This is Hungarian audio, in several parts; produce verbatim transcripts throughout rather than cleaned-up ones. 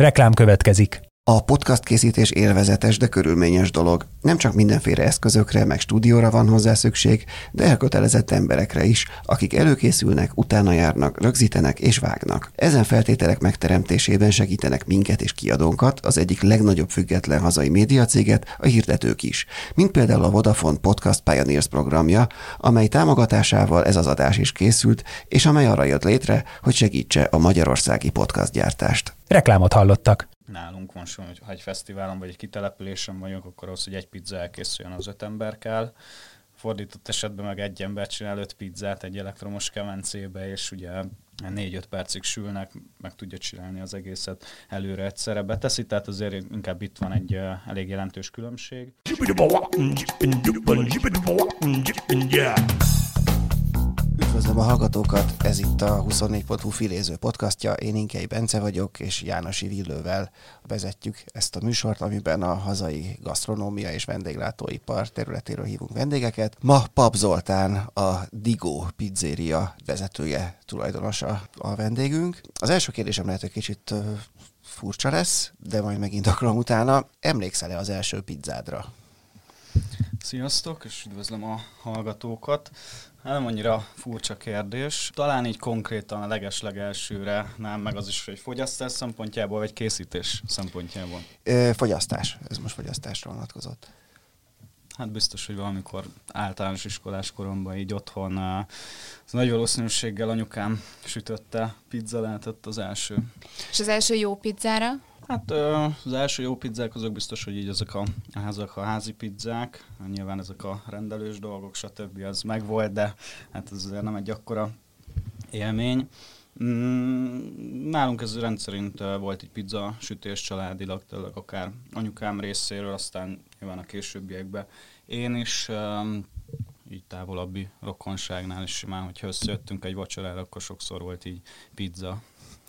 Reklám következik. A podcast készítés élvezetes, de körülményes dolog. Nem csak mindenféle eszközökre, meg stúdióra van hozzá szükség, de elkötelezett emberekre is, akik előkészülnek, utána járnak, rögzítenek és vágnak. Ezen feltételek megteremtésében segítenek minket és kiadónkat, az egyik legnagyobb független hazai médiacéget, a hirdetők is. Mint például a Vodafone Podcast Pioneers programja, amely támogatásával ez az adás is készült, és amely arra jött létre, hogy segítse a magyarországi podcastgyártást. Reklámot hallottak. Nálunk van so, ha egy fesztiválon vagy egy kitelepülésen vagyunk, akkor ahhoz, hogy egy pizza elkészüljön, az öt ember kell. Fordított esetben meg egy ember csinál öt pizzát egy elektromos kemencébe, és ugye négy-öt percig sülnek, meg tudja csinálni az egészet előre egyszerre beteszi, tehát azért inkább itt van egy uh, elég jelentős különbség. Üdvözlöm a hallgatókat, ez itt a huszonnégy pont hu filéző podcastja, én Inkei Bence vagyok, és Jánosi Villővel vezetjük ezt a műsort, amiben a hazai gasztronómia és vendéglátóipar területéről hívunk vendégeket. Ma Pap Zoltán, a Digó Pizzeria vezetője, tulajdonosa a vendégünk. Az első kérdésem lehet, hogy kicsit uh, furcsa lesz, de majd megint akarom utána. Emlékszel-e az első pizzádra? Sziasztok, és üdvözlöm a hallgatókat. Hát nem annyira furcsa kérdés. Talán így konkrétan a legeslegelsőre, nem, meg az is, hogy fogyasztás szempontjából, vagy készítés szempontjából. Ö, fogyasztás. Ez most fogyasztásra vonatkozott. Hát biztos, hogy valamikor általános iskolás koromban így otthon az nagy valószínűséggel anyukám sütötte, pizza lehetett az első. És az első jó pizzára? Hát az első jó pizzák azok biztos, hogy így ezek a, ezek a házi pizzák, nyilván ezek a rendelős dolgok, stb. Az megvolt, de hát ez azért nem egy akkora élmény. Nálunk ez rendszerint volt egy pizza sütés családilag, tényleg akár anyukám részéről, aztán nyilván a későbbiekben én is, így távolabbi rokonságnál is simán, hogyha összejöttünk egy vacsorára, akkor sokszor volt így pizza.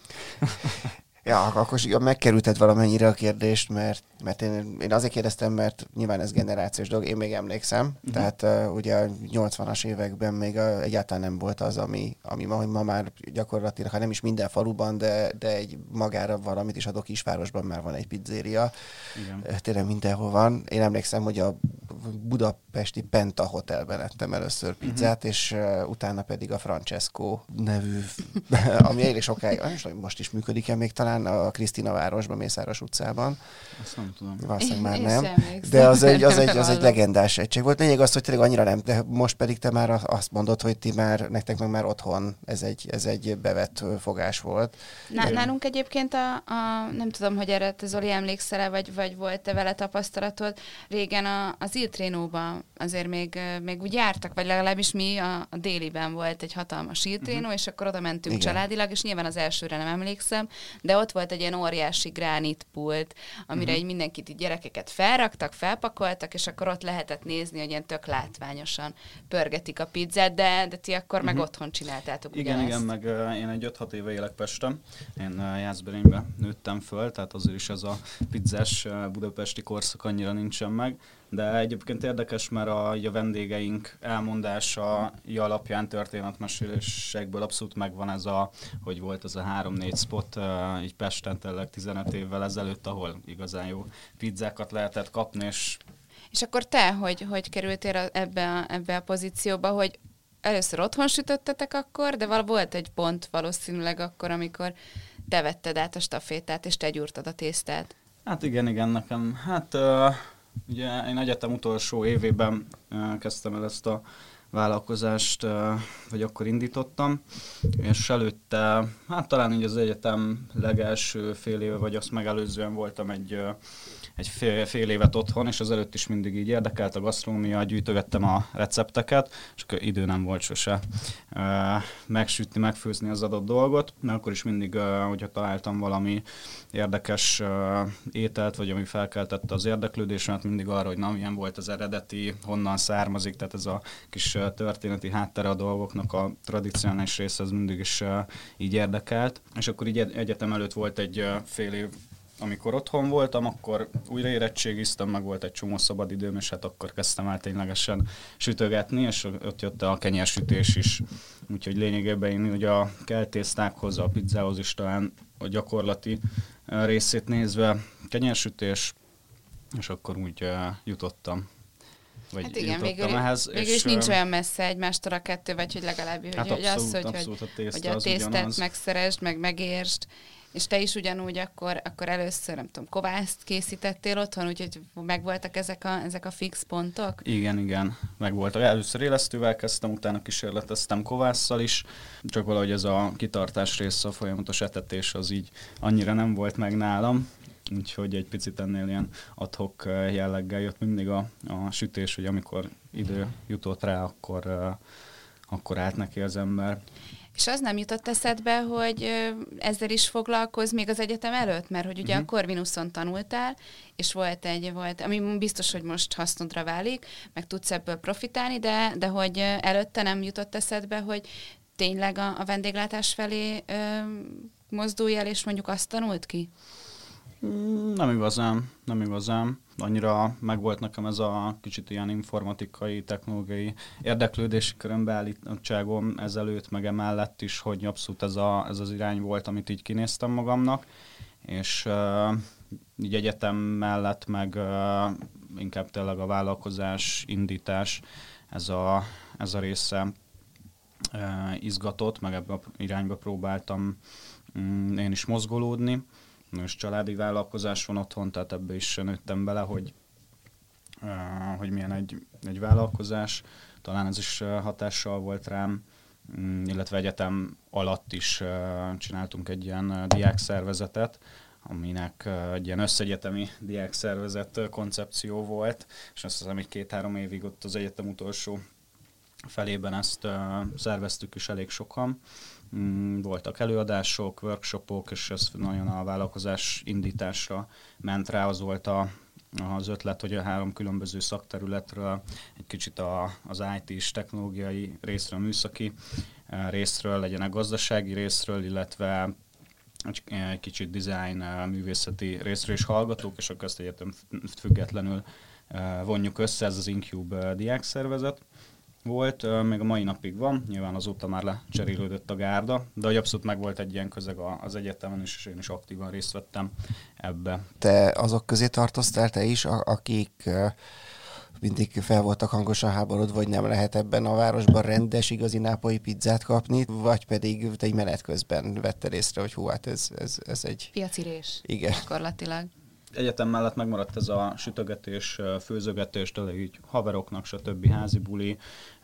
Ja, akkor megkerülted valamennyire a kérdést, mert, mert én, én azért kérdeztem, mert nyilván ez generációs dolog, én még emlékszem, uh-huh. tehát uh, ugye a nyolcvanas években még a, egyáltalán nem volt az, ami, ami ma, ma már gyakorlatilag, ha nem is minden faluban, de, de egy magára valamit is adok, kisvárosban már van egy pizzéria. Igen. Tényleg mindenhol van. Én emlékszem, hogy a budapesti Penta Hotelben ettem először pizzát, uh-huh. és uh, utána pedig a Francesco nevű, ami elég sokáig, most is működik-e még talán, a Krisztina városban, Mészáros utcában. Azt nem tudom. Valószínűleg már nem. De az egy, az, egy, az egy legendás egység volt. Lényeg az, hogy tényleg annyira nem, de most pedig te már azt mondod, hogy ti már, nektek meg már otthon ez egy, ez egy bevett fogás volt. Ná- nálunk egyébként a, a, nem tudom, hogy erre te Zoli emlékszel-e, vagy, vagy volt-e vele tapasztalatod, régen a, az Il Trénóban azért még, még úgy jártak, vagy legalábbis mi a, a déliben volt egy hatalmas Il Trénó, uh-huh. és akkor oda mentünk igen. családilag, és nyilván az elsőre nem emlékszem, de ott volt egy ilyen óriási gránitpult, amire uh-huh. így mindenkit, így gyerekeket felraktak, felpakoltak, és akkor ott lehetett nézni, hogy ilyen tök látványosan pörgetik a pizzát, de, de ti akkor uh-huh. meg otthon csináltátok igen, ugyanezt. Igen, meg uh, én egy öt-hat éve élek Pesten, én uh, Jászberényben nőttem föl, tehát azért is ez a pizzás uh, budapesti korszak annyira nincsen meg, de egyébként érdekes, mert a, a vendégeink elmondása alapján történetmesélésekből abszolút megvan ez a, hogy volt ez a három-négy spot uh, így Pesten tényleg tizenöt évvel ezelőtt, ahol igazán jó pizzákat lehetett kapni, és... És akkor te, hogy, hogy kerültél ebbe a, ebbe a pozícióba, hogy először otthon sütöttetek akkor, de val- volt egy pont valószínűleg akkor, amikor te vetted át a stafétát, és te gyúrtad a tésztát. Hát igen, igen, nekem, hát... Uh, Ugye én egyetem utolsó évében uh, kezdtem el ezt a vállalkozást, uh, vagy akkor indítottam, és előtte, hát talán így az egyetem legelső fél éve, vagy azt megelőzően voltam egy, uh, egy fél, fél évet otthon, és az előtt is mindig így érdekelt a gasztronómia, gyűjtögettem a recepteket, és akkor idő nem volt sose uh, megsütni, megfőzni az adott dolgot, mert akkor is mindig, uh, hogyha találtam valami érdekes uh, ételt, vagy ami felkeltette az érdeklődésemet, mindig arra, hogy na, milyen volt az eredeti, honnan származik, tehát ez a kis uh, történeti háttere a dolgoknak, a tradicionális része, az mindig is uh, így érdekelt. És akkor így egyetem előtt volt egy uh, fél év, amikor otthon voltam, akkor újra érettségiztem, meg volt egy csomó szabadidőm, és hát akkor kezdtem el ténylegesen sütögetni, és ott jött a kenyérsütés is. Úgyhogy lényegében én ugye a keltésztákhoz, a pizzához is talán a gyakorlati részét nézve kenyérsütés, és akkor úgy uh, jutottam. Vagy hát igen, jutottam végül, ehhez. végül is nincs olyan messze egymástól a kettő, vagy hogy legalább hogy, hát hogy abszolút, az, hogy, abszolút a tészta hogy a az tésztát ugyanaz. megszeresd, meg megértsd, és te is ugyanúgy akkor, akkor először, nem tudom, kovászt készítettél otthon, úgyhogy megvoltak ezek a, ezek a fix pontok? Igen, igen, megvoltak. Először élesztővel kezdtem, utána kísérleteztem kovásszal is, csak valahogy ez a kitartás része, a folyamatos etetés az így annyira nem volt meg nálam, úgyhogy egy picit ennél ilyen ad-hoc jelleggel jött mindig a, a sütés, hogy amikor idő jutott rá, akkor, akkor állt neki az ember. És az nem jutott eszedbe, hogy ezzel is foglalkozz még az egyetem előtt? Mert hogy ugye uh-huh. a Corvinuson tanultál, és volt egy, volt, ami biztos, hogy most hasznodra válik, meg tudsz ebből profitálni, de, de hogy előtte nem jutott eszedbe, hogy tényleg a, a vendéglátás felé ö, mozdulj el, és mondjuk azt tanult ki? Nem igazán, nem igazán. Annyira megvolt nekem ez a kicsit ilyen informatikai, technológiai érdeklődési körön beállítottságom ezelőtt, meg emellett is, hogy abszolút ez, a, ez az irány volt, amit így kinéztem magamnak, és uh, így egyetem mellett meg uh, inkább tényleg a vállalkozás, indítás, ez a, ez a része uh, izgatott, meg ebbe a irányba próbáltam um, én is mozgolódni. Most családi vállalkozás van otthon, tehát ebbe is nőttem bele, hogy, uh, hogy milyen egy, egy vállalkozás. Talán ez is uh, hatással volt rám, um, illetve egyetem alatt is uh, csináltunk egy ilyen uh, diákszervezetet, aminek uh, egy ilyen összegyetemi diákszervezet uh, koncepció volt, és azt hiszem, hogy két-három évig ott az egyetem utolsó felében ezt uh, szerveztük is elég sokan. Voltak előadások, workshopok, és ez nagyon a vállalkozás indításra ment rá. Az volt a, az ötlet, hogy a három különböző szakterületről, egy kicsit a, az í té-s technológiai részről, műszaki részről, legyen a gazdasági részről, illetve egy kicsit design, művészeti részről is hallgatók, és akkor ezt egyetem függetlenül vonjuk össze, ez az Incube diákszervezet volt, még a mai napig van, nyilván azóta már lecserélődött a gárda, de hogy abszolút megvolt egy ilyen közeg az egyetemen, és én is aktívan részt vettem ebbe. Te azok közé tartoztál te is, akik mindig fel voltak hangosan háborodva, hogy nem lehet ebben a városban rendes, igazi nápolyi pizzát kapni, vagy pedig te egy menet közben vetted észre, hogy hú, hát ez, ez, ez egy... Piacirés. Igen. Gyakorlatilag. Egyetem mellett megmaradt ez a sütögetés, főzögetés, tényleg így haveroknak, stb. Házi buli,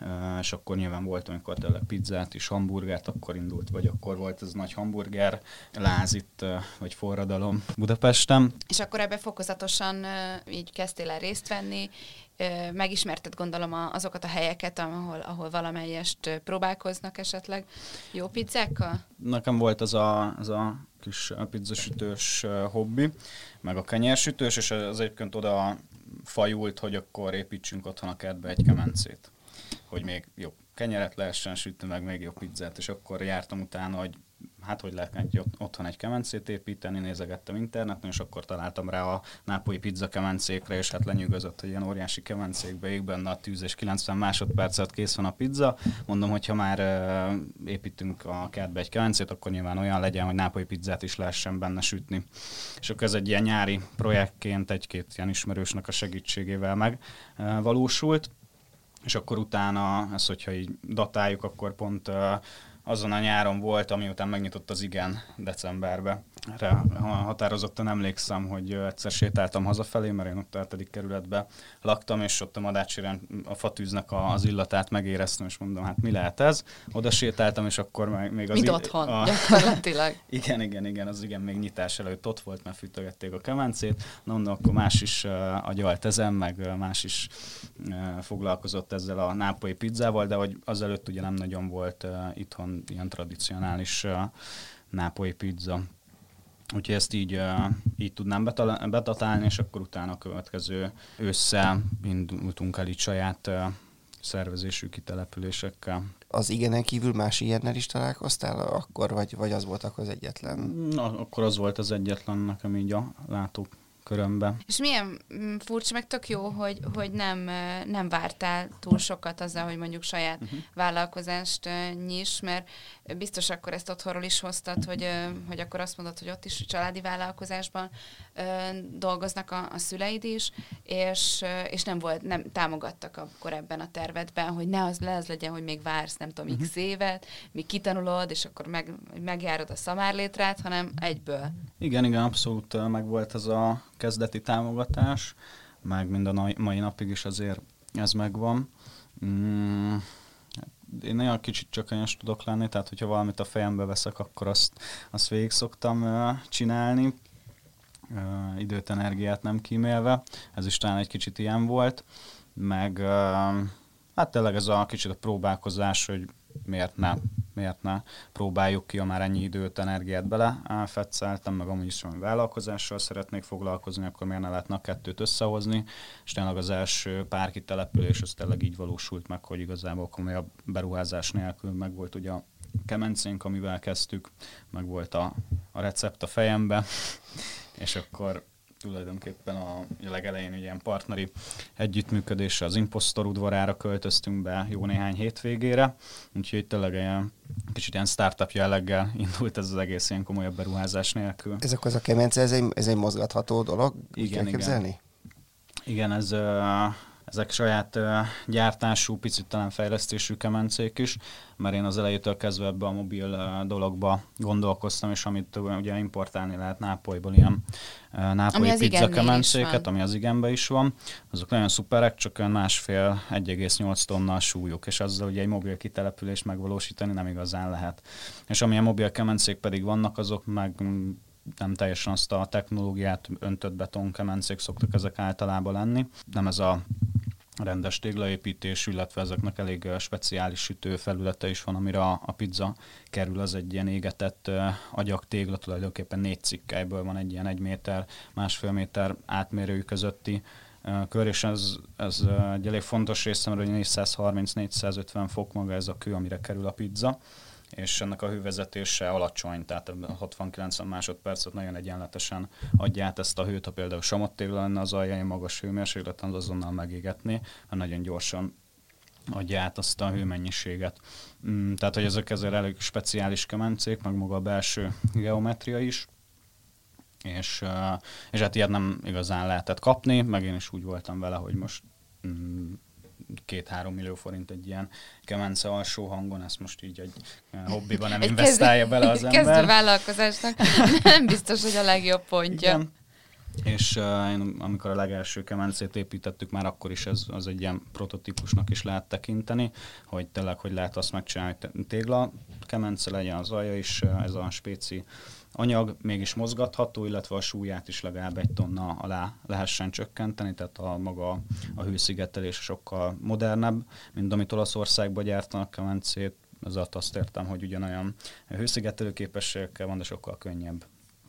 és akkor nyilván volt, amikor tényleg pizzát is, hamburgert, akkor indult, vagy akkor volt ez nagy hamburger láz itt, vagy forradalom Budapesten. És akkor ebbe fokozatosan így kezdtél el részt venni, megismerted gondolom azokat a helyeket, ahol, ahol valamelyest próbálkoznak esetleg jó pizzákkal? Nekem volt az a, az a kis pizzasütős hobbi, meg a kenyérsütős, és az egyébként oda fajult, hogy akkor építsünk otthon a kertbe egy kemencét, hogy még jobb kenyeret lehessen sütni, meg még jobb pizzát, és akkor jártam utána, hogy hát hogy lehetne egy, otthon egy kemencét építeni, nézegettem interneten, és akkor találtam rá a nápolyi pizza kemencékre, és hát lenyűgözött, hogy ilyen óriási kemencékbe ég benne a tűz, és kilencven másodpercet kész van a pizza. Mondom, hogyha már uh, építünk a kertbe egy kemencét, akkor nyilván olyan legyen, hogy nápolyi pizzát is lehessen benne sütni. És akkor ez egy ilyen nyári projektként egy-két ilyen ismerősnek a segítségével megvalósult, és akkor utána, ezt hogyha így datáljuk, akkor pont uh, azon a nyáron volt, amiután megnyitott az Igen decemberbe. Erre határozottan emlékszem, hogy egyszer sétáltam hazafelé, mert én ott a hetedik kerületben laktam, és ott a Madácsiren a fatűznek az illatát megéreztem, és mondom, hát mi lehet ez? Oda sétáltam, és akkor még az... Mint otthon, a... gyakorlatilag. igen, igen, igen, az Igen még nyitás előtt ott volt, mert fűtögették a kemencét. Na, mondom, akkor más is uh, agyalt ezen, meg más is uh, foglalkozott ezzel a nápolyi pizzával, de hogy azelőtt ugye nem nagyon volt uh, itthon ilyen tradicionális uh, nápolyi pizza. Úgyhogy ezt így, uh, így tudnám betal- betatálni, és akkor utána a következő ősszel indultunk el így saját uh, szervezésű kitelepülésekkel. Az Igenen kívül más ilyennel is találkoztál akkor, vagy, vagy az volt akkor az egyetlen? Na, akkor az volt az egyetlen nekem így a látók körömbe. És milyen furcsa, meg tök jó, hogy, hogy nem, nem vártál túl sokat azzal, hogy mondjuk saját uh-huh. vállalkozást nyis, mert biztos akkor ezt otthonról is hoztad, hogy, hogy akkor azt mondod, hogy ott is családi vállalkozásban dolgoznak a, a szüleid is, és, és nem volt, nem támogattak akkor ebben a tervedben, hogy ne az, le az legyen, hogy még vársz, nem tudom, uh-huh. x évet, míg kitanulod, és akkor meg, megjárod a szamárlétrát, hanem egyből. Igen, igen, abszolút meg volt ez a kezdeti támogatás, meg mind a mai napig is azért ez megvan. Mm, én nagyon kicsit csökkanyos tudok lenni, tehát hogyha valamit a fejembe veszek, akkor azt, azt végig szoktam uh, csinálni, uh, időt, energiát nem kímélve. Ez is talán egy kicsit ilyen volt, meg uh, hát tényleg ez a kicsit a próbálkozás, hogy miért ne, miért ne próbáljuk ki, ha már ennyi időt, energiát belefetszeltem, meg amúgy is valami vállalkozással szeretnék foglalkozni, akkor miért ne lehetne a kettőt összehozni, és tényleg az első pár kitelepülés, az tényleg így valósult meg, hogy igazából komolyabb beruházás nélkül meg volt ugye a kemencénk, amivel kezdtük, meg volt a, a recept a fejembe, és akkor tulajdonképpen a legelején egy ilyen partneri együttműködésre az Impostor udvarára költöztünk be jó néhány hétvégére, úgyhogy tényleg ilyen kicsit ilyen startup jelleggel indult ez az egész ilyen komolyabb beruházás nélkül. Ez akkor az a kemence, ez egy, ez egy mozgatható dolog? Igen, igen. Képzelni? Igen, ez... Uh, Ezek saját uh, gyártású, picit talán fejlesztésű kemencék is, mert én az elejétől kezdve ebbe a mobil uh, dologba gondolkoztam, és amit uh, ugye importálni lehet Nápolyból, ilyen uh, nápolyi pizza kemencéket, ami az igenben is van. Azok nagyon szuperek, csak olyan másfél, egy egész nyolc tonna súlyuk, és azzal ugye egy mobil kitelepülést megvalósítani nem igazán lehet. És amilyen mobil kemencék pedig vannak, azok meg nem teljesen azt a technológiát, öntött betonkemencék szoktak ezek általában lenni. Nem ez a rendes téglaépítés, illetve ezeknek elég speciális sütőfelülete is van, amire a, a pizza kerül, az egy ilyen égetett uh, agyag tégla, tulajdonképpen négy cikkelyből van egy ilyen egy méter, másfél méter átmérőjű közötti uh, kör, és ez, ez uh, egy elég fontos része, mert négyszázharminc-négyszázötven fok maga ez a kő, amire kerül a pizza, és ennek a hővezetése alacsony, tehát hatvan-kilencven másodpercet nagyon egyenletesen adja át ezt a hőt, ha például samottégla lenne az alján magas hőmérsékleten, az azonnal megégetné, mert nagyon gyorsan adja át azt a hőmennyiséget. Tehát, hogy ezek ezért elég speciális kemencék, meg maga a belső geometria is, és, és hát ilyet nem igazán lehetett kapni, meg én is úgy voltam vele, hogy most két-három millió forint egy ilyen kemence alsó hangon, ezt most így egy hobbiban nem egy investálja kezdő, bele az ember. Kezdő vállalkozásnak nem biztos, hogy a legjobb pontja. Igen. És uh, én, amikor a legelső kemencét építettük, már akkor is ez az egy ilyen prototípusnak is lehet tekinteni, hogy tényleg, hogy lehet azt megcsinálni, hogy tégla kemence legyen az alja is, ez a spéci anyag mégis mozgatható, illetve a súlyát is legalább egy tonna alá lehessen csökkenteni, tehát a maga a hőszigetelés sokkal modernebb, mint amit Olaszországban gyártanak kemencét, ezért azt értem, hogy ugyanolyan hőszigetelő képességekkel van, de sokkal könnyebb.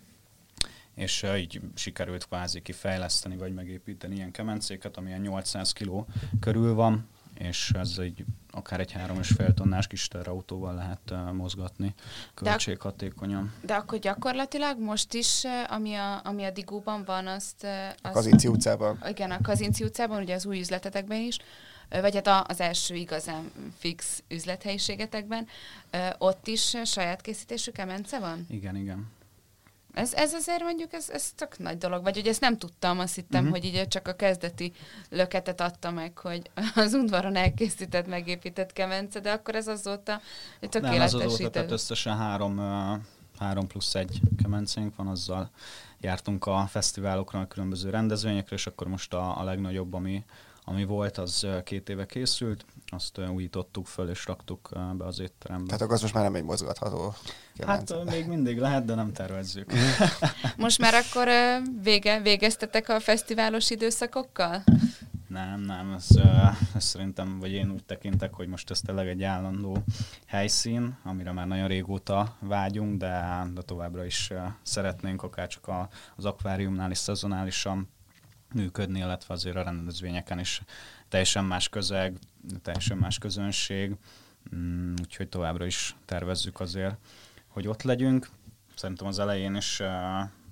És uh, így sikerült kvázi kifejleszteni, vagy megépíteni ilyen kemencéket, amilyen nyolcszáz kiló körül van, és ez egy, akár egy három és fél tonnás kis terautóval lehet uh, mozgatni költséghatékonyan. De, de akkor gyakorlatilag most is, ami a, ami a Digóban van, azt... A Kazinczy utcában. Igen, a Kazinczy utcában, ugye az új üzletetekben is, vagy hát az első igazán fix üzlethelyiségetekben, ott is saját készítésű kemence van? Igen, igen. Ez, ez azért mondjuk, ez, ez tök nagy dolog. Vagy hogy ezt nem tudtam, azt hittem, uh-huh. hogy így csak a kezdeti löketet adta meg, hogy az udvaron elkészített, megépített kemence, de akkor ez azóta tökéletesített. Nem, ez azóta, tehát összesen három, három plusz egy kemencénk van, azzal jártunk a fesztiválokra, a különböző rendezvényekre, és akkor most a, a legnagyobb, ami, ami volt, az két éve készült, azt újítottuk föl, és raktuk be az étterembe. Tehát akkor az most már nem egy mozgatható kemence. Hát még mindig lehet, de nem tervezzük. Most már akkor vége, végeztetek a fesztiválos időszakokkal? Nem, nem, ez, ez szerintem, vagy én úgy tekintek, hogy most ez tényleg egy állandó helyszín, amire már nagyon régóta vágyunk, de, de továbbra is szeretnénk akár csak a, az akváriumnál is szezonálisan működni, illetve azért a rendezvényeken is teljesen más közeg, teljesen más közönség, úgyhogy továbbra is tervezzük azért, hogy ott legyünk. Szerintem az elején is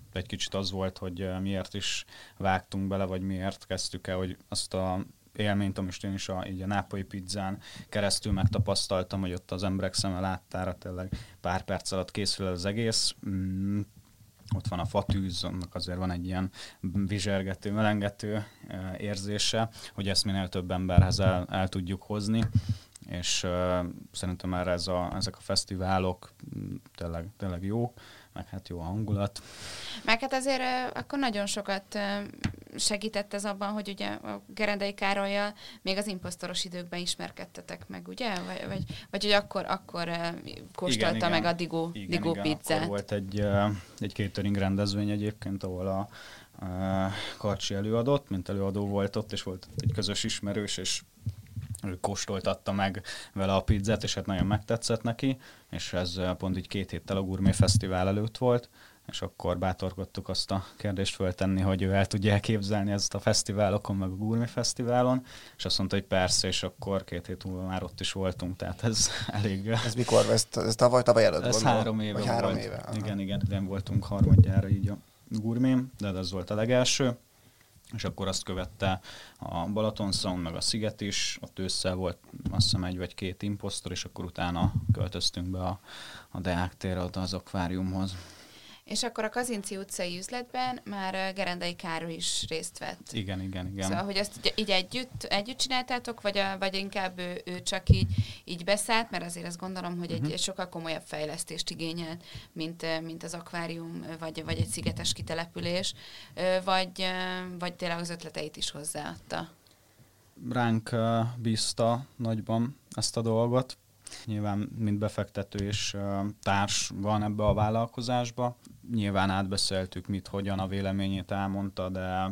egy kicsit az volt, hogy miért is vágtunk bele, vagy miért kezdtük el, hogy azt a élményt, amit én is a, így a nápolyi pizzán keresztül megtapasztaltam, hogy ott az emberek szeme láttára tényleg pár perc alatt készül az egész. Mm, ott van a fatűz, annak azért van egy ilyen vizsergető, melengető érzése, hogy ezt minél több emberhez el, el tudjuk hozni, és uh, szerintem már ez a, ezek a fesztiválok tényleg, tényleg jók, meg hát jó a hangulat. Meg hát azért uh, akkor nagyon sokat uh, segített ez abban, hogy ugye a Gerendai Károllyal még az imposztoros időkben ismerkedtetek meg, ugye? Vagy, vagy, vagy hogy akkor, akkor uh, kóstolta igen, meg igen. a Digó, igen, Digó igen. pizzát. Akkor volt egy, uh, egy catering rendezvény egyébként, ahol a uh, Karcsi előadott, mint előadó volt ott, és volt egy közös ismerős, és ő kóstoltatta meg vele a pizzát, és hát nagyon megtetszett neki, és ez pont így két héttel a Gourmet Fesztivál előtt volt, és akkor bátorkodtuk azt a kérdést föltenni, hogy ő el tudja elképzelni ezt a fesztiválokon, meg a Gourmet Fesztiválon, és azt mondta, hogy persze, és akkor két hét múlva már ott is voltunk, tehát ez elég... Ez mikor? Ez, ez tavaly, tavaly előtt Ez gondolom? három éve volt. Három éve. Igen, igen, igen, voltunk harmadjára így a Gourmet, de ez volt a legelső. És akkor azt követte a Balaton Sound, meg a Sziget is, ott ősszel volt azt hiszem egy vagy két imposztor, és akkor utána költöztünk be a, a Deák térre, oda az akváriumhoz. És akkor a Kazinczy utcai üzletben már Gerendai Károly is részt vett. Igen, igen, igen. Szóval, hogy azt így együtt, együtt csináltátok, vagy, a, vagy inkább ő, ő csak így, így beszállt, mert azért azt gondolom, hogy egy, uh-huh. egy sokkal komolyabb fejlesztést igényel, mint, mint az akvárium, vagy, vagy egy szigetes kitelepülés, vagy, vagy tényleg az ötleteit is hozzáadta. Ránk bízta nagyban ezt a dolgot. Nyilván mint befektető és uh, társ van ebbe a vállalkozásba. Nyilván átbeszéltük, mit, hogyan, a véleményét elmondta, de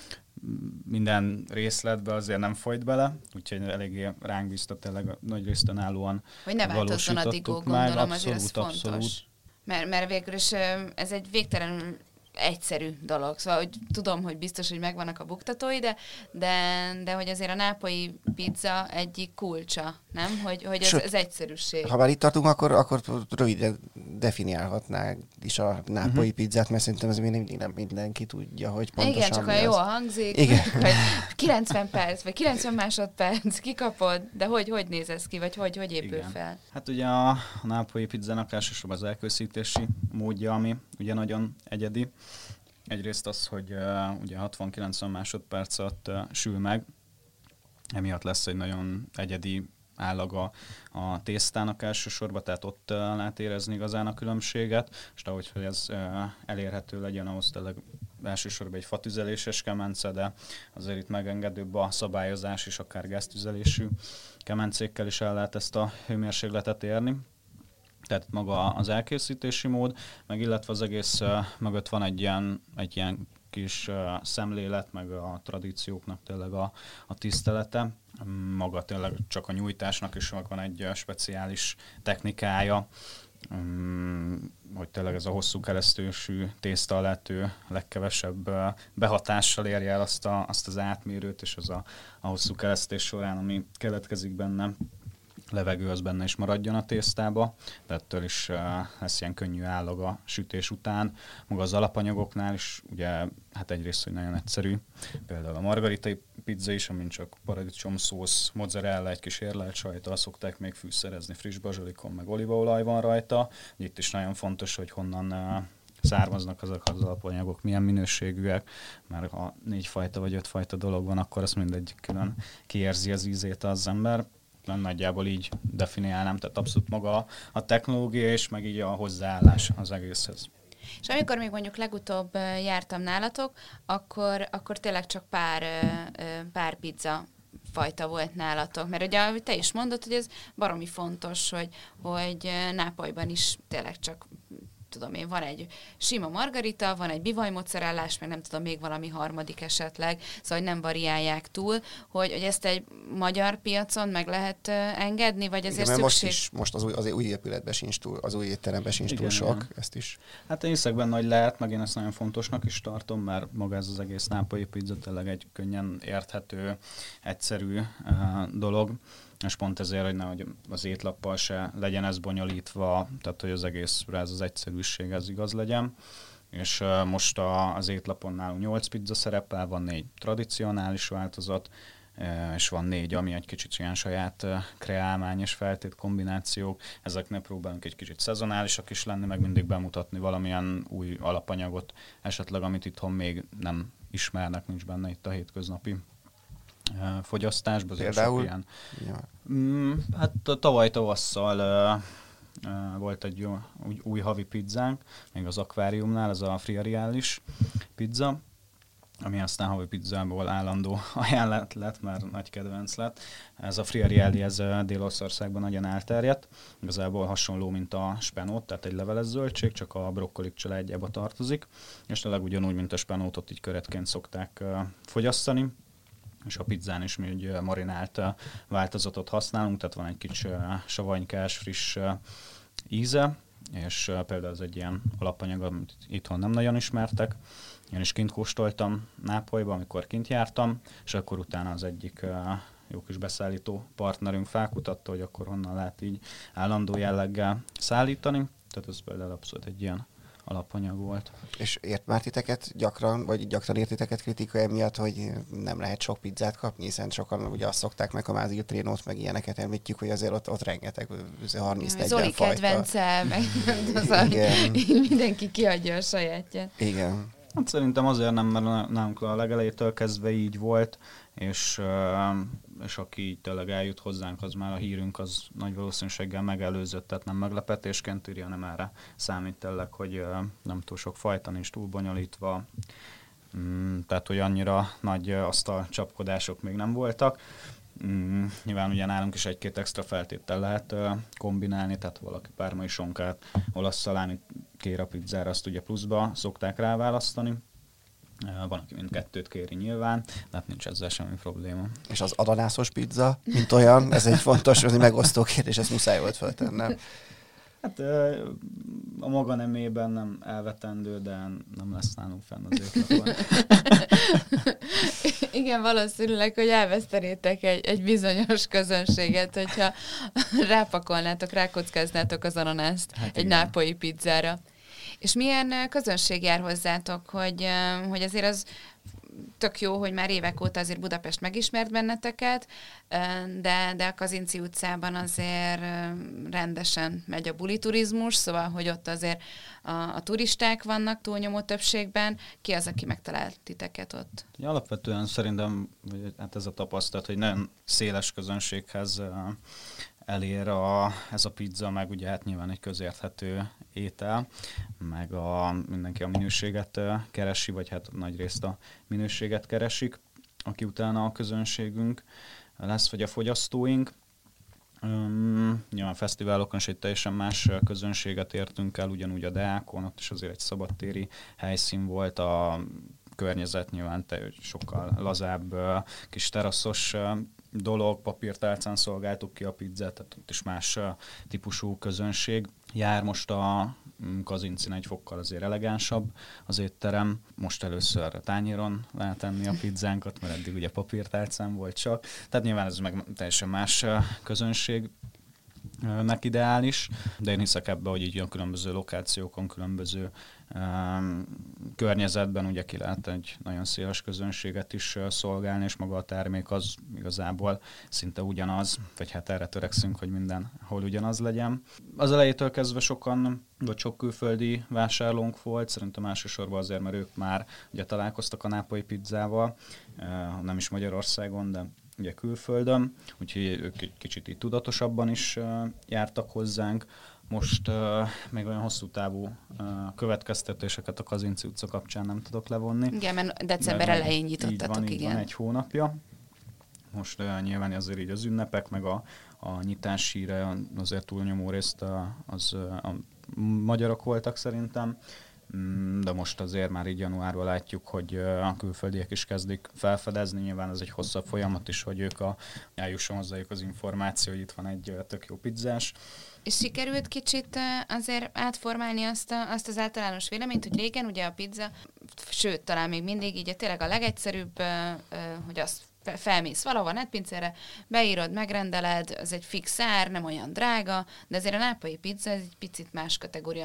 minden részletbe azért nem folyt bele, úgyhogy eléggé ránk bízta, tényleg nagy részt önállóan hogy ne változzon a Digó, gondolom, azért ez fontos. Abszolút. Mert, mert végül is ez egy végtelenül egyszerű dolog. Szóval hogy tudom, hogy biztos, hogy megvannak a buktatói, de, de, de hogy azért a nápolyi pizza egyik kulcsa, nem? Hogy, hogy ez, ez egyszerűség. Ha már itt tartunk, akkor, akkor röviden definiálhatnánk is a nápolyi uh-huh. pizzát, mert szerintem ez még mindig nem mindenki tudja, hogy pontosan igen, csak olyan jól hangzik, igen. Hogy kilencven perc, vagy kilencven másodperc, kikapod, de hogy, hogy néz ez ki, vagy hogy, hogy épül igen. fel? Hát ugye a, a nápolyi pizzának elsősorban az elkészítési módja, ami ugye nagyon egyedi. Egyrészt az, hogy uh, ugye hatvan-kilencven másodperc alatt uh, sül meg, emiatt lesz egy nagyon egyedi állaga a tésztának elsősorban, tehát ott uh, lehet érezni igazán a különbséget, és ahogy hogy ez uh, elérhető legyen, ahhoz tényleg elsősorban egy fatüzeléses kemence, de azért itt megengedőbb a szabályozás, és akár gáztüzelésű kemencékkel is el lehet ezt a hőmérsékletet érni. Tehát maga az elkészítési mód, meg illetve az egész uh, mögött van egy ilyen, egy ilyen kis uh, szemlélet, meg a tradícióknak tényleg a, a tisztelete. Maga tényleg csak a nyújtásnak is van egy uh, speciális technikája, um, hogy tényleg ez a hosszú keresztősű tészta a lehető legkevesebb uh, behatással érje el azt, a, azt az átmérőt, és az a, a hosszú keresztés során, ami keletkezik benne, levegő az benne is maradjon a tésztába, de ettől is uh, lesz ilyen könnyű állag a sütés után. Maga az alapanyagoknál is, ugye, hát egyrészt, hogy nagyon egyszerű, például a margaritai pizza is, amin csak paradicsomszósz, mozzarella, egy kis érlelt sajttal szokták még fűszerezni, friss bazsalikon, meg olívaolaj van rajta. Itt is nagyon fontos, hogy honnan uh, származnak azok az alapanyagok, milyen minőségűek, mert ha négy fajta vagy öt fajta dolog van, akkor azt mindegyik külön kiérzi az ízét az ember. Nagyjából így definiálnám, tehát abszolút maga a technológia és meg így a hozzáállás az egészhez. És amikor még mondjuk legutóbb jártam nálatok, akkor, akkor tényleg csak pár, pár pizza fajta volt nálatok. Mert ugye, ahogy te is mondod, hogy ez baromi fontos, hogy, hogy Nápolyban is tényleg csak tudom én, van egy sima margarita, van egy bivaj mozzarellás, meg nem tudom, még valami harmadik esetleg, szóval hogy nem variálják túl, hogy, hogy ezt egy magyar piacon meg lehet uh, engedni, vagy ezért igen, szükség... most is, most az új, az új épületben sincs túl, az új étteremben sincs igen, túl sok, igen. Ezt is. Hát én hiszek nagy lehet, meg én ezt nagyon fontosnak is tartom, mert maga ez az egész nápolyi pizza tényleg egy könnyen érthető, egyszerű uh, dolog. És pont ezért, hogy nehogy az étlappal se legyen ez bonyolítva, tehát hogy az egészre ez az egyszerűség, ez igaz legyen. és uh, most a, az étlapon nálunk nyolc pizza szerepel, van négy tradicionális változat, uh, és van négy, ami egy kicsit ilyen saját uh, kreálmány és feltét kombinációk. Ezeknél próbálunk egy kicsit szezonálisak is lenni, meg mindig bemutatni valamilyen új alapanyagot, esetleg amit itthon még nem ismernek, nincs benne itt a hétköznapi uh, fogyasztásban. Például? Ilyen, ja. mm, hát tavaly tavasszal uh, Uh, volt egy jó, új, új havi pizzánk, még az akváriumnál, ez a friariális pizza, ami aztán havi pizzából állandó ajánlat lett, mert nagy kedvenc lett. Ez a friariáli, ez Dél-Olaszországban nagyon elterjedt, igazából hasonló, mint a spenót, tehát egy leveles zöldség, csak a brokkolik családjába tartozik, és tényleg ugyanúgy, mint a spenótot, így köretként szokták uh, fogyasztani. És a pizzán is mi egy marinált változatot használunk, tehát van egy kicsi savanykás, friss íze, és például ez egy ilyen alapanyag, amit itthon nem nagyon ismertek. Én is kint kóstoltam Nápolyban, amikor kint jártam, és akkor utána az egyik jó kis beszállító partnerünk felkutatta, hogy akkor honnan lehet így állandó jelleggel szállítani. Tehát ez például abszolút egy ilyen alapanyag volt. És ért már titeket gyakran, vagy gyakran ért titeket kritika emiatt, hogy nem lehet sok pizzát kapni, hiszen sokan ugye azt szokták meg, ha már az Il Trénót, meg ilyeneket említjük, hogy azért ott, ott rengeteg, harminc-negyven Zoli fajta. kedvence, meg az, hogy mindenki kiadja a sajátját. Igen. Hát szerintem azért nem, mert nálunk a legelejétől kezdve így volt, és, és aki így tényleg eljut hozzánk, az már a hírünk az nagy valószínűséggel megelőzött, tehát nem meglepetésként írja, nem erre számít tényleg, hogy nem túl sok fajta, nincs túl bonyolítva, tehát hogy annyira nagy asztalcsapkodások még nem voltak. Mm, nyilván ugye nálunk is egy-két extra feltétel lehet uh, kombinálni, tehát valaki pármai sonkát, olasz szalámit kér a pizzára, azt ugye pluszba szokták ráválasztani. Uh, van, aki mindkettőt kéri nyilván, de hát nincs ezzel semmi probléma. És az ananászos pizza, mint olyan, ez egy fontos, ez egy megosztó kérdés, ezt muszáj volt föltennem. Hát a maga nemében nem elvetendő, de nem lesz nálunk fenn az étlapon. Igen, valószínűleg, hogy elvesztenétek egy, egy bizonyos közönséget, hogyha rápakolnátok, rákockáznátok az ananászt hát egy igen. nápolyi pizzára. És milyen közönség jár hozzátok, hogy, hogy azért az tök jó, hogy már évek óta azért Budapest megismert benneteket, de, de a Kazinczy utcában azért rendesen megy a buliturizmus, szóval, hogy ott azért a, a turisták vannak túlnyomó többségben. Ki az, aki megtalált titeket ott? Ja, alapvetően szerintem hát ez a tapasztalat, hogy nagyon széles közönséghez elér a, ez a pizza, meg ugye hát nyilván egy közérthető étel, meg a, mindenki a minőséget keresi, vagy hát nagyrészt a minőséget keresik, aki utána a közönségünk lesz, vagy a fogyasztóink. Um, nyilván fesztiválokon is egy teljesen más közönséget értünk el, ugyanúgy a Deákon, ott is azért egy szabadtéri helyszín volt, a környezet nyilván sokkal lazább, kis teraszos dolog, papírtálcán szolgáltuk ki a pizzát, tehát ott is más típusú közönség jár. Most a Kazinczyn egy fokkal azért elegánsabb az étterem. Most először a tányéron lehet enni a pizzánkat, mert eddig ugye papírtálcán volt csak. Tehát nyilván ez meg teljesen más közönség nek ideális, de én hiszek ebbe, hogy így a különböző lokációkon, különböző um, környezetben ugye ki lehet egy nagyon széles közönséget is uh, szolgálni, és maga a termék az igazából szinte ugyanaz, vagy hát erre törekszünk, hogy mindenhol ugyanaz legyen. Az elejétől kezdve sokan, vagy sok külföldi vásárlónk volt, szerintem elsősorban azért, mert ők már ugye találkoztak a nápolyi pizzával, uh, nem is Magyarországon, de ugye külföldön, úgyhogy ők egy kicsit így tudatosabban is uh, jártak hozzánk. Most uh, még olyan hosszú távú uh, következtetéseket a Kazinczy utca kapcsán nem tudok levonni. Igen, mert december elején nyitottatok, van, igen. Így van, egy hónapja. Most uh, nyilván azért így az ünnepek, meg a, a nyitás híre azért túlnyomó részt uh, az uh, a magyarok voltak szerintem. De most azért már így januárban látjuk, hogy a külföldiek is kezdik felfedezni, nyilván ez egy hosszabb folyamat is, hogy ők a, eljusson hozzájuk az információ, hogy itt van egy tök jó pizzás. És sikerült kicsit azért átformálni azt, a, azt az általános véleményt, hogy régen ugye a pizza, sőt, talán még mindig így tényleg a legegyszerűbb, hogy azt felmész valahova netpincére, beírod, megrendeled, ez egy fix ár, nem olyan drága, de azért a nápolyi pizza ez egy picit más kategória.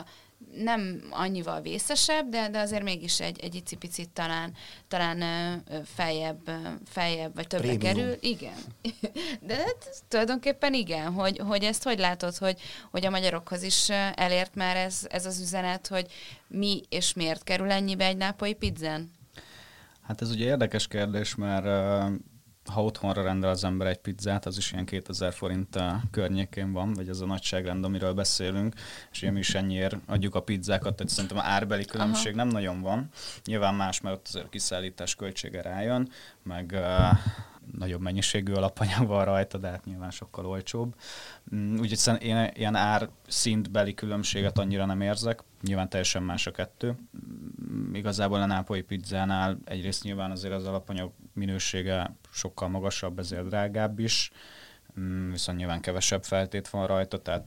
nem annyival vészesebb, de, de azért mégis egy, egy icipicit talán, talán feljebb, feljebb vagy többre Prémium. kerül. Igen. De hát, tulajdonképpen igen, hogy, hogy ezt hogy látod, hogy, hogy a magyarokhoz is elért már ez, ez az üzenet, hogy mi és miért kerül ennyibe egy nápolyi pizzán? Hát ez ugye érdekes kérdés, mert uh, ha otthonra rendel az ember egy pizzát, az is ilyen kétezer forint környékén van, vagy az a nagyságrend, amiről beszélünk, és ugye mi is ennyiért adjuk a pizzákat, tehát szerintem árbeli különbség Aha. nem nagyon van. Nyilván más, mert ott azért kiszállítás költsége rájön, meg uh, nagyobb mennyiségű alapanyag van rajta, de hát nyilván sokkal olcsóbb. Úgyhogy én ilyen árszintbeli különbséget annyira nem érzek, nyilván teljesen más a kettő. Igazából a nápolyi pizzánál egyrészt nyilván azért az alapanyag minősége sokkal magasabb, ezért drágább is, viszont nyilván kevesebb feltét van rajta, tehát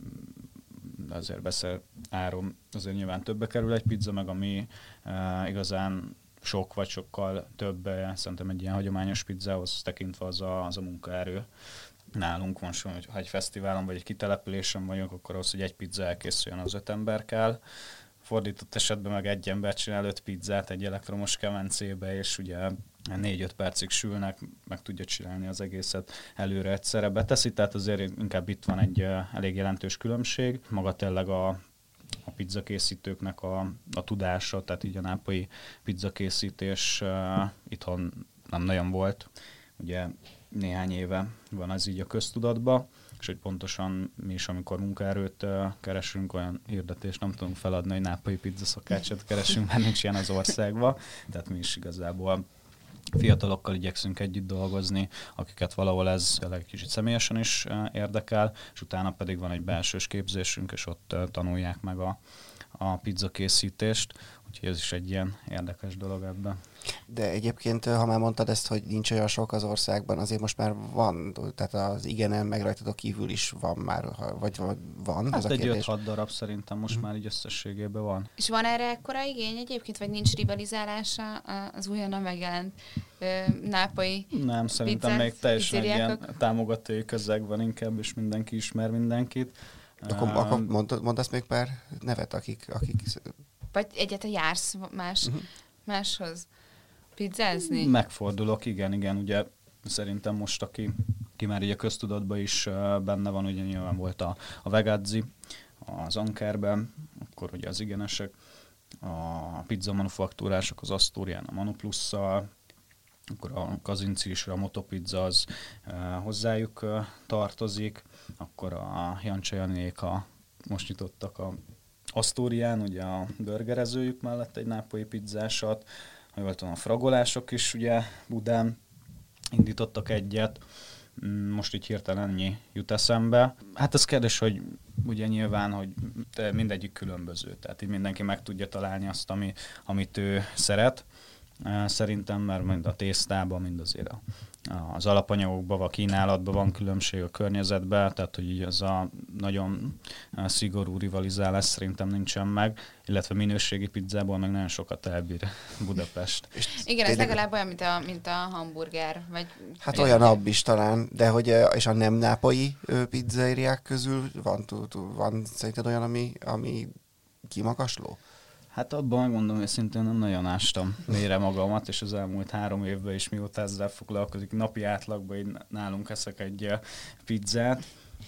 azért beszél áron, azért nyilván többe kerül egy pizza, meg ami uh, igazán sok vagy sokkal több, szerintem egy ilyen hagyományos pizzához tekintve az a, az a munkaerő. Nálunk van so, hogy ha egy fesztiválon vagy egy kitelepülésen vagyunk, akkor ahhoz, hogy egy pizza elkészüljön, az öt ember kell. Fordított esetben meg egy ember csinál öt pizzát egy elektromos kemencébe, és ugye négy-öt percig sülnek, meg tudja csinálni az egészet előre egyszerre beteszi, tehát azért inkább itt van egy elég jelentős különbség. Maga tényleg a a pizzakészítőknek a, a tudása, tehát így a nápolyi pizzakészítés uh, itthon nem nagyon volt. Ugye néhány éve van az így a köztudatban, és hogy pontosan mi is, amikor munkaerőt uh, keresünk, olyan hirdetést nem tudunk feladni, hogy nápolyi pizzaszakácsot keresünk, mert nincs ilyen az országban. Tehát mi is igazából fiatalokkal igyekszünk együtt dolgozni, akiket valahol ez egy kicsit személyesen is érdekel, és utána pedig van egy belsős képzésünk, és ott tanulják meg a, a pizzakészítést, úgyhogy ez is egy ilyen érdekes dolog ebben. De egyébként, ha már mondtad ezt, hogy nincs olyan sok az országban, azért most már van, tehát az igenen meg rajtatok kívül is van már, vagy van? Hát az a egy kérdés? öt-hat darab szerintem most mm. már így összességében van. És van erre ekkora igény egyébként, vagy nincs rivalizálása az újonnan megjelent ö, nápolyi Nem, szerintem pizzák, még teljesen egy pizzériákok? ilyen támogatói közeg van inkább, és mindenki ismer mindenkit. Akkor, uh, akkor mondd, mondasz még pár nevet, akik... akik... Vagy egyáltalán jársz más, uh-huh. máshoz pizzázni? Megfordulok, igen, igen, ugye szerintem most, aki, aki már így a köztudatban is uh, benne van, ugye nyilván volt a, a Vegazzi, az Ankerben, akkor ugye az igenesek, a pizza manufaktúrások, az Asztórián, a Manu Plusszal, akkor a Kazinci is, a Motopizza az uh, hozzájuk uh, tartozik, akkor a Jancsa Janiék a, most nyitottak a Asztórián, ugye a burgerezőjük mellett egy nápolyi pizzásat, ha jól tudom, a fragolások is ugye Budán indítottak egyet, most így hirtelen ennyi jut eszembe. Hát ez kérdés, hogy ugye nyilván, hogy mindegyik különböző, tehát így mindenki meg tudja találni azt, ami, amit ő szeret. Szerintem, mert mind a tésztában, mind azért a, az alapanyagokban, a kínálatban van különbség a környezetben, tehát hogy így az a nagyon szigorú rivalizálás szerintem nincsen meg, illetve minőségi pizzából meg nagyon sokat elbír Budapest. Igen, ez legalább olyan, mint a, mint a hamburger. Vagy hát olyan abb is talán, de hogy és a nem nápolyi pizzériák közül van, van szerinted olyan, ami, ami kimagasló? Hát abban megmondom, hogy szintén nem nagyon ástam mélyre magamat, és az elmúlt három évben is mióta ezzel foglalkozik, napi átlagban így nálunk eszek egy pizzát,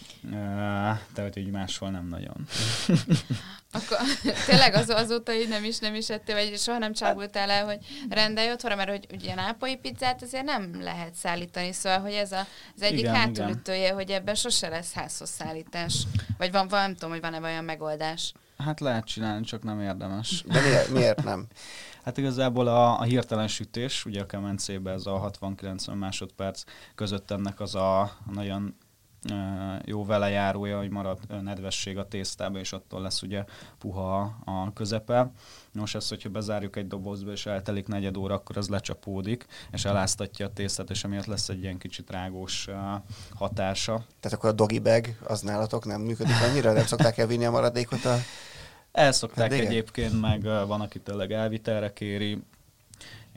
de hogy így máshol nem nagyon. Akkor tényleg az, azóta így nem is, nem is ettél, vagy soha nem csábultál el, hogy rendelj otthonra, mert hogy ugye nápolyi pizzát azért nem lehet szállítani, szóval, hogy ez a, az egyik igen, hátulütője, igen. hogy ebben sose lesz házhoz szállítás. Vagy van, van nem tudom, hogy van-e olyan megoldás. Hát lehet csinálni, csak nem érdemes. De miért, miért nem? Hát igazából a, a hirtelen sütés, ugye a kemencében ez a hatvan-kilencven másodperc között ennek az a nagyon uh, jó velejárója, hogy marad nedvesség a tésztába, és attól lesz ugye puha a közepe. Most ezt, hogyha bezárjuk egy dobozba, és eltelik negyed óra, akkor az lecsapódik, és eláztatja a tésztát, és emiatt lesz egy ilyen kicsit rágós uh, hatása. Tehát akkor a doggy bag, az nálatok nem működik annyira? Nem szokták elvinni a maradékot a... El szokták hát egyébként, meg van, aki tényleg elvitelre kéri,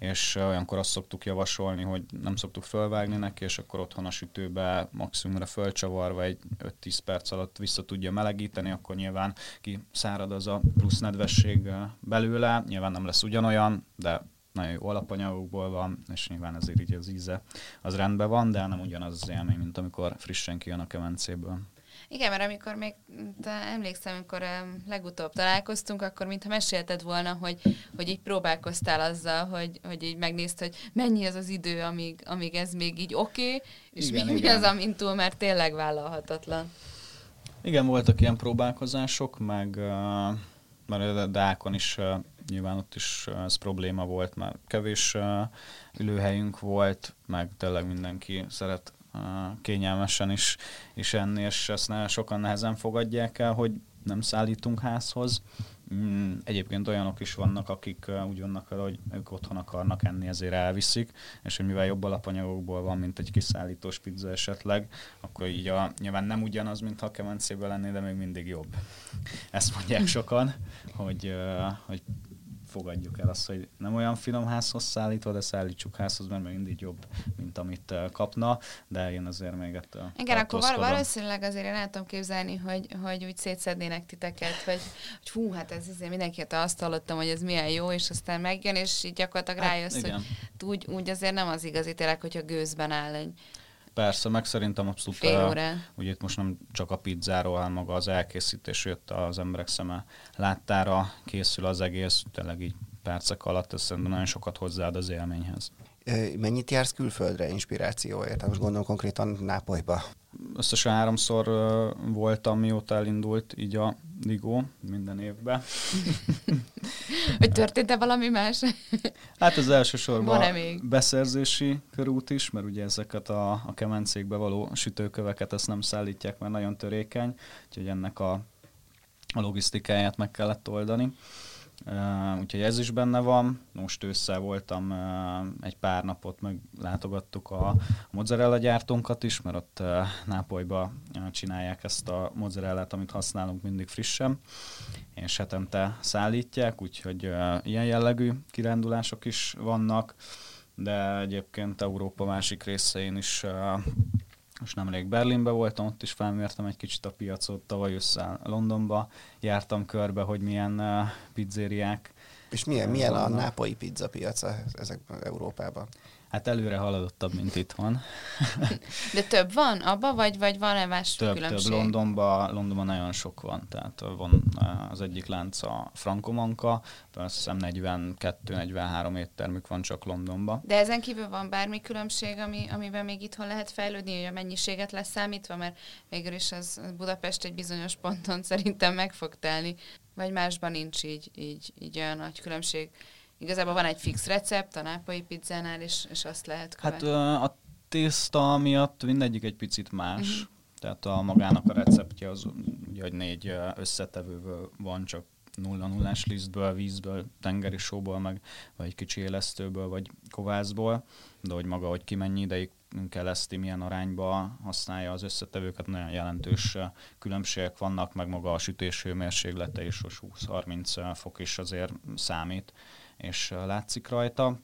és olyankor azt szoktuk javasolni, hogy nem szoktuk fölvágni neki, és akkor otthon a sütőbe maximumra fölcsavarva egy öt-tíz perc alatt vissza tudja melegíteni, akkor nyilván kiszárad az a plusz nedvesség belőle, nyilván nem lesz ugyanolyan, de nagyon jó alapanyagokból van, és nyilván ezért így az íze az rendben van, de nem ugyanaz az élmény, mint amikor frissen kijön a kemencéből. Igen, mert amikor még, te emlékszem, amikor legutóbb találkoztunk, akkor mintha mesélted volna, hogy, hogy így próbálkoztál azzal, hogy, hogy így megnézd, hogy mennyi az az idő, amíg, amíg ez még így oké, okay, és igen, mi, mi az, amint túl, mert tényleg vállalhatatlan. Igen, voltak ilyen próbálkozások, meg mert Dákon is nyilván ott is ez probléma volt, mert kevés ülőhelyünk volt, meg tényleg mindenki szeret kényelmesen is, is enni, és ezt sokan nehezen fogadják el, hogy nem szállítunk házhoz. Egyébként olyanok is vannak, akik úgy vannak vele, hogy ők otthon akarnak enni, ezért elviszik, és hogy mivel jobb alapanyagokból van, mint egy kiszállítós pizza esetleg, akkor így a, nyilván nem ugyanaz, mintha a kemencéből lenné, de még mindig jobb. Ezt mondják sokan, hogy, hogy fogadjuk el azt, hogy nem olyan finom házhoz szállítva, de szállítsuk házhoz, mert még mindig jobb, mint amit kapna, de én azért még ettől igen, akkor val- valószínűleg azért én el tudom képzelni, hogy, hogy úgy szétszednének titeket, vagy hogy hú, hát ez azért mindenkit azt hallottam, hogy ez milyen jó, és aztán megjön, és így gyakorlatilag hát, rájössz, igen. hogy úgy, úgy azért nem az igazi tényleg, hogyha gőzben áll egy Persze, meg szerintem abszolút, uh, ugye itt most nem csak a pizzáról, hanem maga az elkészítés jött az emberek szeme láttára, készül az egész, tényleg így percek alatt, ez szerintem nagyon sokat hozzáad az élményhez. Mennyit jársz külföldre inspirációért? Most gondolom konkrétan Nápolyba. Összesen háromszor uh, voltam, mióta elindult így a Digó minden évben. Hogy történt-e valami más? Hát az elsősorban beszerzési körút is, mert ugye ezeket a, a kemencékbe való sütőköveket ezt nem szállítják, mert nagyon törékeny, úgyhogy ennek a, a logisztikáját meg kellett oldani. Uh, úgyhogy ez is benne van. Most ősszel voltam uh, egy pár napot, meg látogattuk a mozzarella gyártónkat is, mert ott uh, Nápolyba uh, csinálják ezt a mozzarellát, amit használunk mindig frissen, és hetente szállítják, úgyhogy uh, ilyen jellegű kirándulások is vannak, de egyébként Európa másik részein is uh, most nemrég Berlinben voltam, ott is felmértem egy kicsit a piacot, tavaly ősszel Londonba jártam körbe, hogy milyen uh, pizzériák. És milyen, milyen a nápolyi pizza piaca ezekben Európában? Hát előre haladottabb, mint itthon. De több van abba, vagy, vagy van-e más több, különbség? Több, Londonban, Londonban nagyon sok van. Tehát van az egyik lánc a Francomanca, azt hiszem negyvenkettő-negyvenhárom éttermük van csak Londonban. De ezen kívül van bármi különbség, ami, amiben még itthon lehet fejlődni, hogy a mennyiséget leszámítva, mert végül is az Budapest egy bizonyos ponton szerintem meg fog telni, vagy másban nincs így, így, így olyan nagy különbség. Igazából van egy fix recept a nápolyi pizzánál, és, és azt lehet követni. Hát a tészta miatt mindegyik egy picit más. Uh-huh. Tehát a magának a receptje az ugye, hogy négy összetevőből van, csak nulla nullás lisztből, vízből, tengeri sóból, meg vagy egy kicsi élesztőből, vagy kovászból. De hogy maga, hogy ki mennyi ideig kell ezt, milyen arányba használja az összetevőket, nagyon jelentős különbségek vannak, meg maga a sütés hőmérséklete is húsz-harminc fok is azért számít, és látszik rajta.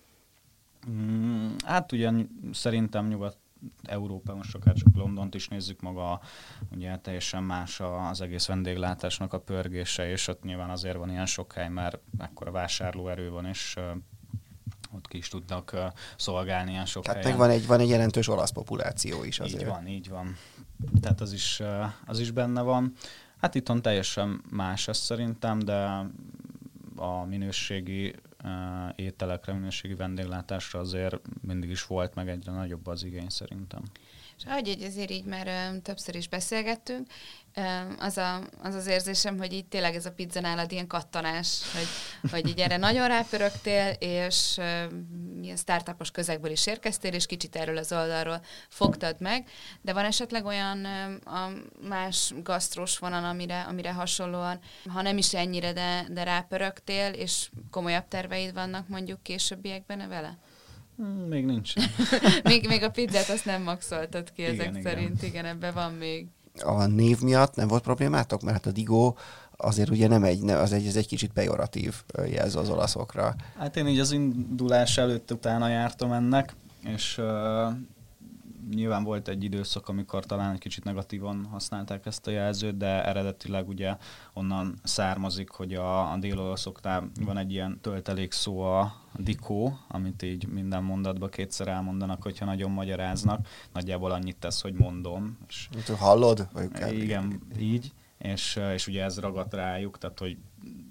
Hát ugye szerintem Nyugat-Európa, most akár csak Londont is nézzük, maga ugye teljesen más az egész vendéglátásnak a pörgése, és ott nyilván azért van ilyen sok hely, mert ekkora vásárlóerő van, és ott ki is tudnak uh, szolgálni ilyen sok Tehát helyen. meg van egy, van egy jelentős olasz populáció is azért. Így van, így van. Tehát az is, uh, az is benne van. Hát itthon teljesen más ez szerintem, de a minőségi uh, ételekre, minőségi vendéglátásra azért mindig is volt, meg egyre nagyobb az igény szerintem. És ahogy ezért így már um, többször is beszélgettünk, um, az, a, az az érzésem, hogy így tényleg ez a pizza nálad ilyen kattanás, hogy, hogy így erre nagyon rápörögtél, és um, ilyen startupos közegből is érkeztél, és kicsit erről az oldalról fogtad meg, de van esetleg olyan um, a más gasztrós vonal, amire, amire hasonlóan, ha nem is ennyire, de, de rápörögtél, és komolyabb terveid vannak mondjuk későbbiekben vele? Még nincs. még, még a pizzát azt nem maxoltad ki, ezek igen, szerint. Igen. Igen, ebben van még. A név miatt nem volt problémátok? Mert hát a Digó azért ugye nem egy, az egy, ez egy kicsit pejoratív jelző az olaszokra. Hát én így az indulás előtt utána jártam ennek, és uh, nyilván volt egy időszak, amikor talán egy kicsit negatívan használták ezt a jelzőt, de eredetileg ugye onnan származik, hogy a, a dél-olaszoknál van egy ilyen töltelék szó, a dikó, amit így minden mondatban kétszer elmondanak, hogyha nagyon magyaráznak. Nagyjából annyit tesz, hogy mondom. És hallod? Igen, így. És, és ugye ez ragadt rájuk, tehát hogy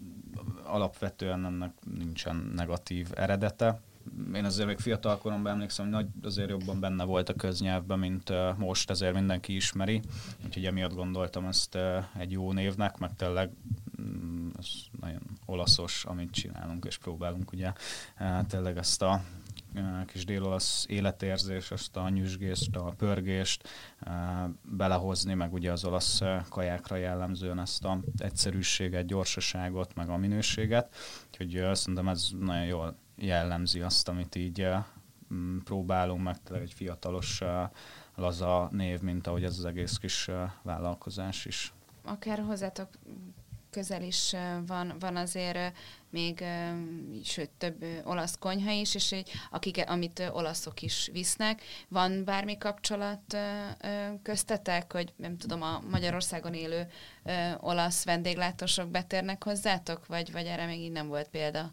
alapvetően ennek nincsen negatív eredete. Én azért még fiatal koromban emlékszem, hogy nagy, azért jobban benne volt a köznyelvben, mint uh, most, ezért mindenki ismeri. Úgyhogy emiatt gondoltam ezt uh, egy jó névnek, meg tényleg mm, ez nagyon olaszos, amit csinálunk és próbálunk ugye uh, tényleg ezt a uh, kis dél-olasz életérzést, azt a nyüzsgést, a pörgést uh, belehozni, meg ugye az olasz uh, kajákra jellemzően ezt a egyszerűséget, gyorsaságot, meg a minőséget. Úgyhogy uh, szerintem ez nagyon jól jellemzi azt, amit így uh, próbálunk, meg tényleg egy fiatalos, uh, laza név, mint ahogy ez az egész kis uh, vállalkozás is. Akár hozzátok közel is uh, van, van azért uh, még, uh, sőt, több uh, olasz konyha is, és egy, akik, amit uh, olaszok is visznek. Van bármi kapcsolat uh, uh, köztetek, hogy nem tudom, a Magyarországon élő uh, olasz vendéglátósok betérnek hozzátok, vagy, vagy erre még így nem volt példa?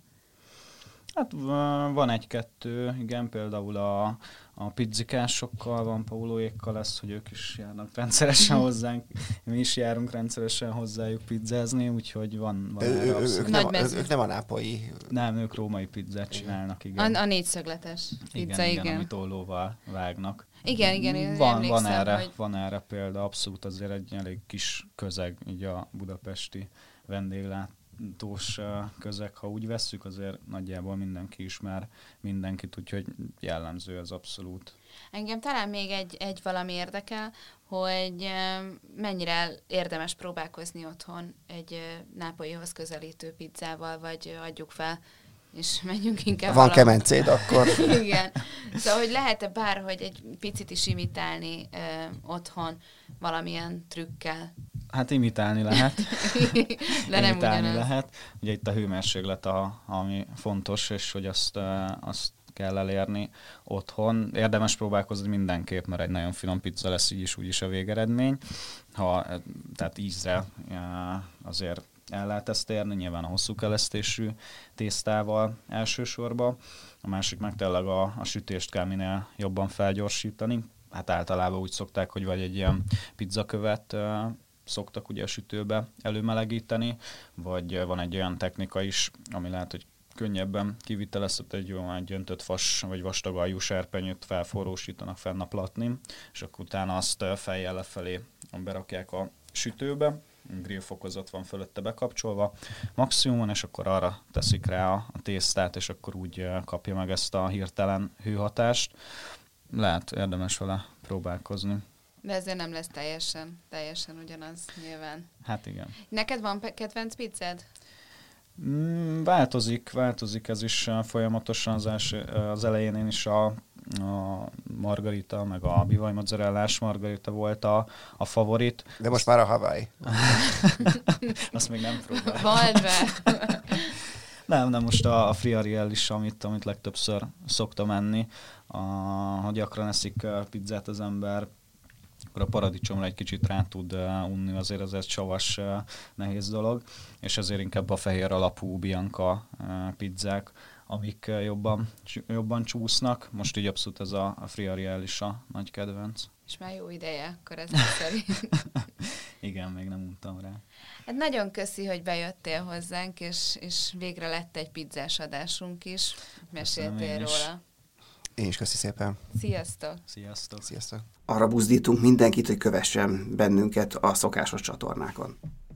Hát van egy-kettő, igen, például a, a pizzikásokkal, van Paulóékkal lesz, hogy ők is járnak rendszeresen hozzánk, mi is járunk rendszeresen hozzájuk pizzázni, úgyhogy van, van ő, erre ő, ők, nem, ők nem a nápolyi... Nem, ők római pizzát csinálnak, igen. A, a négyszögletes pizza, igen. Igen, igen, amit ollóval vágnak. Igen, igen, van, van, erre, hogy... van erre példa, abszolút azért egy elég kis közeg, így a budapesti vendéglát tós közeg, ha úgy vesszük, azért nagyjából mindenki ismer mindenkit, úgyhogy jellemző az abszolút. Engem talán még egy, egy valami érdekel, hogy mennyire érdemes próbálkozni otthon egy nápolyihoz közelítő pizzával, vagy adjuk fel, és menjünk inkább... Van kemencéd, akkor... Igen. Szóval, hogy lehet-e bárhogy egy picit is imitálni ö, otthon valamilyen trükkel? Hát imitálni lehet. De nem imitálni ugyanaz. lehet. Ugye itt a hőmérséklet, a, ami fontos, és hogy azt, azt kell elérni otthon. Érdemes próbálkozni mindenképp, mert egy nagyon finom pizza lesz így is, úgyis a végeredmény. Ha, tehát ízre azért el lehet ezt érni, nyilván a hosszú kelesztésű tésztával elsősorban. A másik meg tényleg a, a sütést kell minél jobban felgyorsítani. Hát általában úgy szokták, hogy vagy egy ilyen pizzakövet uh, szoktak ugye a sütőbe előmelegíteni, vagy van egy olyan technika is, ami lehet, hogy könnyebben kivitelezhető, egy olyan egy öntött vas vagy vastag aljú serpenyőt felforrósítanak fenn a platnin, és akkor utána azt fejjel lefelé berakják a sütőbe, grill fokozat van fölötte bekapcsolva maximumon, és akkor arra teszik rá a, a tésztát, és akkor úgy kapja meg ezt a hirtelen hőhatást. Lehet érdemes vele próbálkozni. De ezért nem lesz teljesen, teljesen ugyanaz nyilván. Hát igen. Neked van kedvenc pizzád? Mm, változik, változik ez is folyamatosan. Az, első, az elején én is a, a margarita, meg a bivaj mozzarellás margarita volt a, a favorit. De most már a Hawaii. Azt még nem próbáltam. Vald be! Nem, nem, most a, a friariel is, amit, amit legtöbbször szoktam enni. A, ha gyakran eszik pizzát az ember, akkor a paradicsomra egy kicsit rá tud uh, unni, azért ez egy savas, uh, nehéz dolog, és ezért inkább a fehér alapú Bianca uh, pizzák, amik uh, jobban, jobban csúsznak. Most így abszolút ez a, a friariel is a nagy kedvenc. És már jó ideje, akkor ez szerint. Igen, még nem mondtam rá. Hát nagyon köszi, hogy bejöttél hozzánk, és, és végre lett egy pizzás adásunk is. Meséltél róla. Én is köszi szépen. Sziasztok! Sziasztok! Sziasztok! Arra buzdítunk mindenkit, hogy kövessen bennünket a szokásos csatornákon.